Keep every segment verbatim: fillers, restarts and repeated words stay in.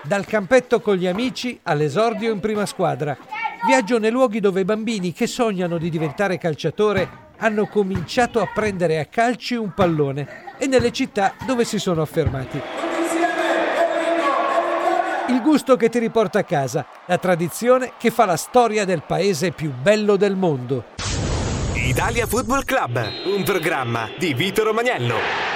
Dal campetto con gli amici all'esordio in prima squadra. Viaggio nei luoghi dove bambini che sognano di diventare calciatore hanno cominciato a prendere a calci un pallone e nelle città dove si sono affermati. Il gusto che ti riporta a casa, la tradizione che fa la storia del paese più bello del mondo. Italia Football Club, un programma di Vito Romagnello.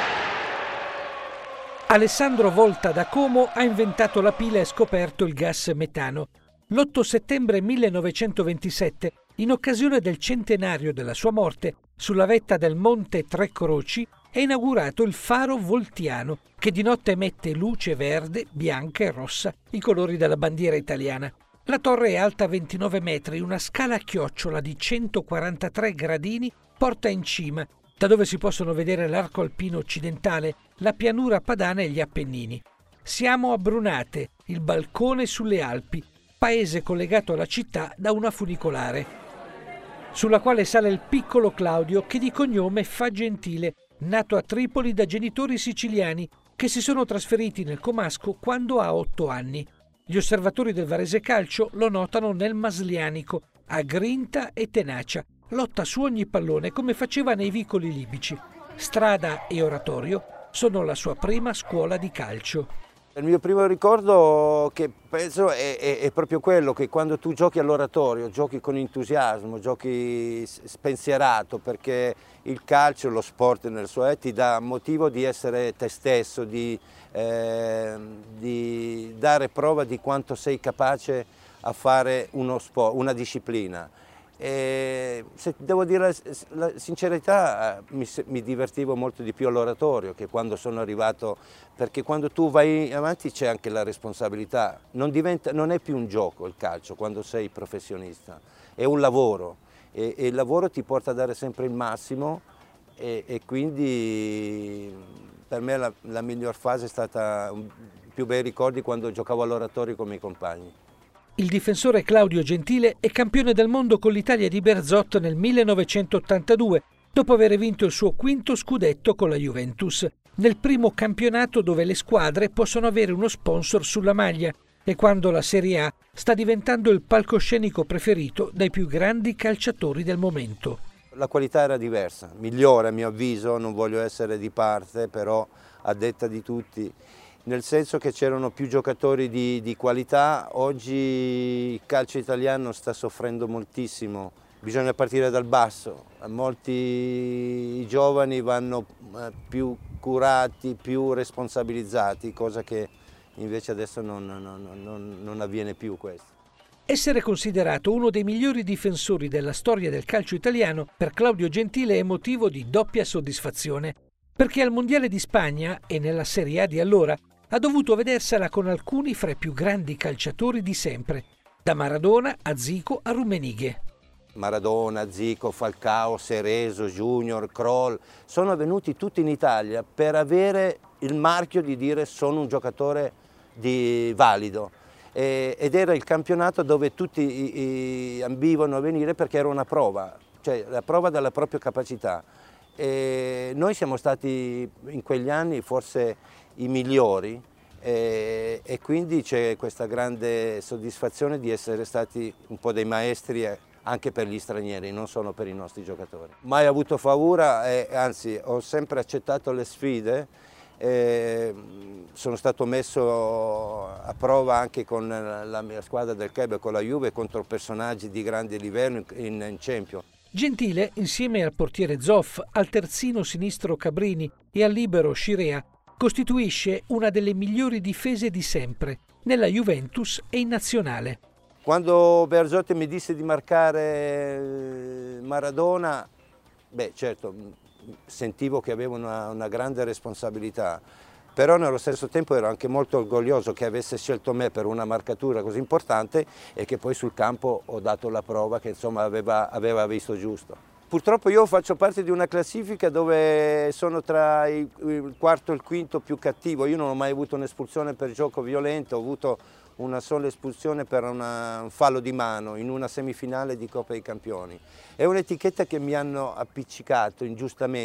Alessandro Volta da Como ha inventato la pila e scoperto il gas metano. L'otto settembre millenovecentoventisette, in occasione del centenario della sua morte, sulla vetta del Monte Tre Croci è inaugurato il faro voltiano, che di notte emette luce verde, bianca e rossa, i colori della bandiera italiana. La torre è alta ventinove metri, una scala a chiocciola di centoquarantatré gradini porta in cima, da dove si possono vedere l'arco alpino occidentale, la pianura padana e gli Appennini. Siamo a Brunate, il balcone sulle Alpi, paese collegato alla città da una funicolare, sulla quale sale il piccolo Claudio, che di cognome fa Gentile, nato a Tripoli da genitori siciliani che si sono trasferiti nel Comasco quando ha otto anni. Gli osservatori del Varese Calcio lo notano nel Maslianico, ha grinta e tenacia, lotta su ogni pallone come faceva nei vicoli libici. Strada e oratorio sono la sua prima scuola di calcio. Il mio primo ricordo, che penso è, è, è proprio quello che quando tu giochi all'oratorio, giochi con entusiasmo, giochi spensierato, perché il calcio, lo sport nel suo è, ti dà motivo di essere te stesso, di, eh, di dare prova di quanto sei capace a fare uno sport, una disciplina. E se devo dire la, la sincerità, mi, mi divertivo molto di più all'oratorio che quando sono arrivato, perché quando tu vai avanti c'è anche la responsabilità, non, diventa, non è più un gioco il calcio quando sei professionista, è un lavoro e, e il lavoro ti porta a dare sempre il massimo e, e quindi per me la, la miglior fase è stata, i più bei ricordi quando giocavo all'oratorio con i miei compagni. Il difensore Claudio Gentile è campione del mondo con l'Italia di Bearzot nel millenovecentottantadue, dopo aver vinto il suo quinto scudetto con la Juventus, nel primo campionato dove le squadre possono avere uno sponsor sulla maglia e quando la Serie A sta diventando il palcoscenico preferito dai più grandi calciatori del momento. La qualità era diversa, migliore a mio avviso, non voglio essere di parte, però a detta di tutti, nel senso che c'erano più giocatori di, di qualità. Oggi il calcio italiano sta soffrendo moltissimo, bisogna partire dal basso, molti giovani vanno più curati, più responsabilizzati, cosa che invece adesso non, non, non, non avviene più questo. Essere considerato uno dei migliori difensori della storia del calcio italiano per Claudio Gentile è motivo di doppia soddisfazione, perché al Mondiale di Spagna e nella Serie A di allora ha dovuto vedersela con alcuni fra i più grandi calciatori di sempre, da Maradona a Zico a Rummenigge. Maradona, Zico, Falcao, Cerezo, Junior, Kroll, sono venuti tutti in Italia per avere il marchio di dire sono un giocatore di valido. E, ed era il campionato dove tutti i, i ambivano a venire perché era una prova, cioè la prova della propria capacità. E noi siamo stati in quegli anni forse i migliori e, e quindi c'è questa grande soddisfazione di essere stati un po' dei maestri anche per gli stranieri, non solo per i nostri giocatori. Mai avuto paura e anzi ho sempre accettato le sfide, e sono stato messo a prova anche con la mia squadra del club, con la Juve, contro personaggi di grande livello in, in Champions. Gentile, insieme al portiere Zoff, al terzino sinistro Cabrini e al libero Scirea, costituisce una delle migliori difese di sempre, nella Juventus e in nazionale. Quando Bearzot mi disse di marcare Maradona, beh certo, sentivo che avevo una, una grande responsabilità, però nello stesso tempo ero anche molto orgoglioso che avesse scelto me per una marcatura così importante e che poi sul campo ho dato la prova che insomma aveva, aveva visto giusto. Purtroppo io faccio parte di una classifica dove sono tra il quarto e il quinto più cattivo. Io non ho mai avuto un'espulsione per gioco violento, ho avuto una sola espulsione per una, un fallo di mano in una semifinale di Coppa dei Campioni. È un'etichetta che mi hanno appiccicato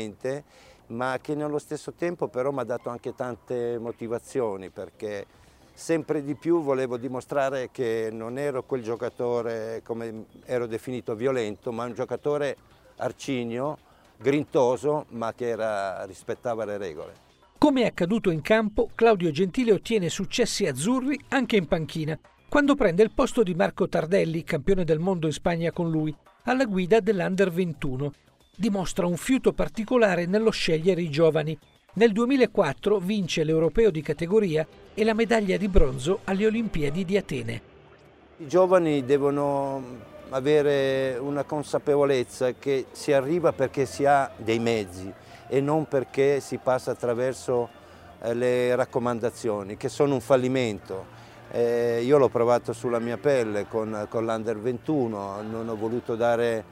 ingiustamente, ma che nello stesso tempo però mi ha dato anche tante motivazioni, perché sempre di più volevo dimostrare che non ero quel giocatore, come ero definito, violento, ma un giocatore arcigno, grintoso, ma che era, rispettava le regole. Come è accaduto in campo, Claudio Gentile ottiene successi azzurri anche in panchina, quando prende il posto di Marco Tardelli, campione del mondo in Spagna con lui, alla guida dell'Under ventuno. Dimostra un fiuto particolare nello scegliere i giovani. Nel duemilaquattro vince l'Europeo di categoria e la medaglia di bronzo alle Olimpiadi di Atene. I giovani devono avere una consapevolezza che si arriva perché si ha dei mezzi e non perché si passa attraverso le raccomandazioni, che sono un fallimento. Eh, io l'ho provato sulla mia pelle con, con l'Under ventuno, non ho voluto dare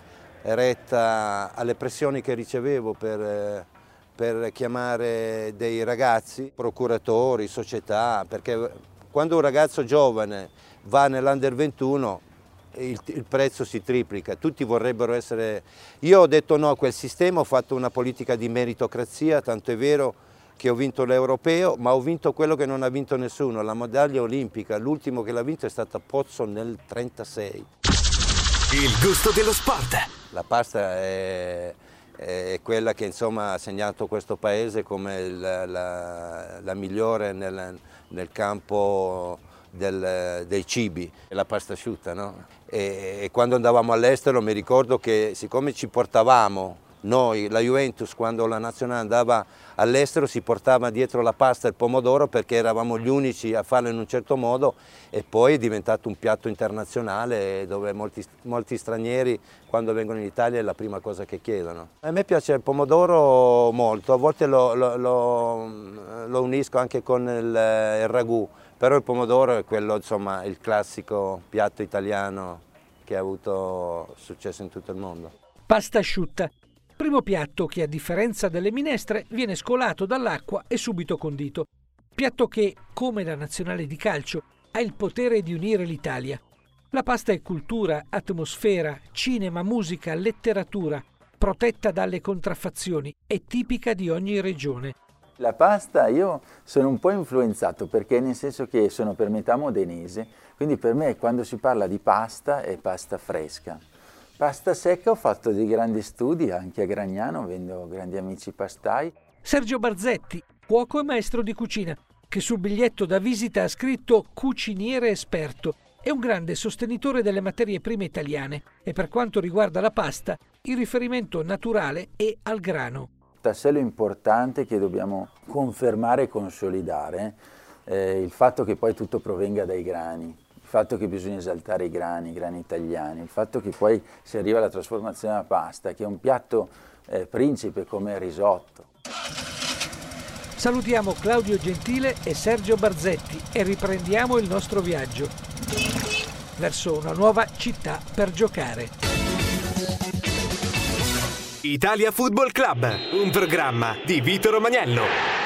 retta alle pressioni che ricevevo per, per chiamare dei ragazzi, procuratori, società, perché quando un ragazzo giovane va nell'Under ventuno il, il prezzo si triplica, tutti vorrebbero essere... Io ho detto no a quel sistema, ho fatto una politica di meritocrazia, tanto è vero che ho vinto l'Europeo, ma ho vinto quello che non ha vinto nessuno, la medaglia olimpica. L'ultimo che l'ha vinto è stato Pozzo nel trentasei. Il gusto dello sport. La pasta è, è quella che insomma ha segnato questo paese come la, la, la migliore nel, nel campo del, dei cibi, la pasta asciutta, no? E, e quando andavamo all'estero mi ricordo che siccome ci portavamo, noi, la Juventus, quando la nazionale andava all'estero si portava dietro la pasta e il pomodoro perché eravamo gli unici a farlo in un certo modo, e poi è diventato un piatto internazionale dove molti, molti stranieri quando vengono in Italia è la prima cosa che chiedono. A me piace il pomodoro molto, a volte lo, lo, lo, lo unisco anche con il, il ragù, però il pomodoro è quello, insomma, il classico piatto italiano che ha avuto successo in tutto il mondo. Pasta asciutta. Primo piatto che, a differenza delle minestre, viene scolato dall'acqua e subito condito. Piatto che, come la nazionale di calcio, ha il potere di unire l'Italia. La pasta è cultura, atmosfera, cinema, musica, letteratura, protetta dalle contraffazioni, è tipica di ogni regione. La pasta io sono un po' influenzato perché nel senso che sono per metà modenese, quindi per me quando si parla di pasta è pasta fresca. Pasta secca ho fatto dei grandi studi anche a Gragnano, avendo grandi amici pastai. Sergio Barzetti, cuoco e maestro di cucina, che sul biglietto da visita ha scritto cuciniere esperto. È un grande sostenitore delle materie prime italiane e per quanto riguarda la pasta, il riferimento naturale è al grano. Tassello importante che dobbiamo confermare e consolidare eh, il fatto che poi tutto provenga dai grani. Il fatto che bisogna esaltare i grani, i grani italiani, il fatto che poi si arriva alla trasformazione della pasta, che è un piatto eh, principe come il risotto. Salutiamo Claudio Gentile e Sergio Barzetti e riprendiamo il nostro viaggio verso una nuova città per giocare. Italia Football Club, un programma di Vito Romagnello.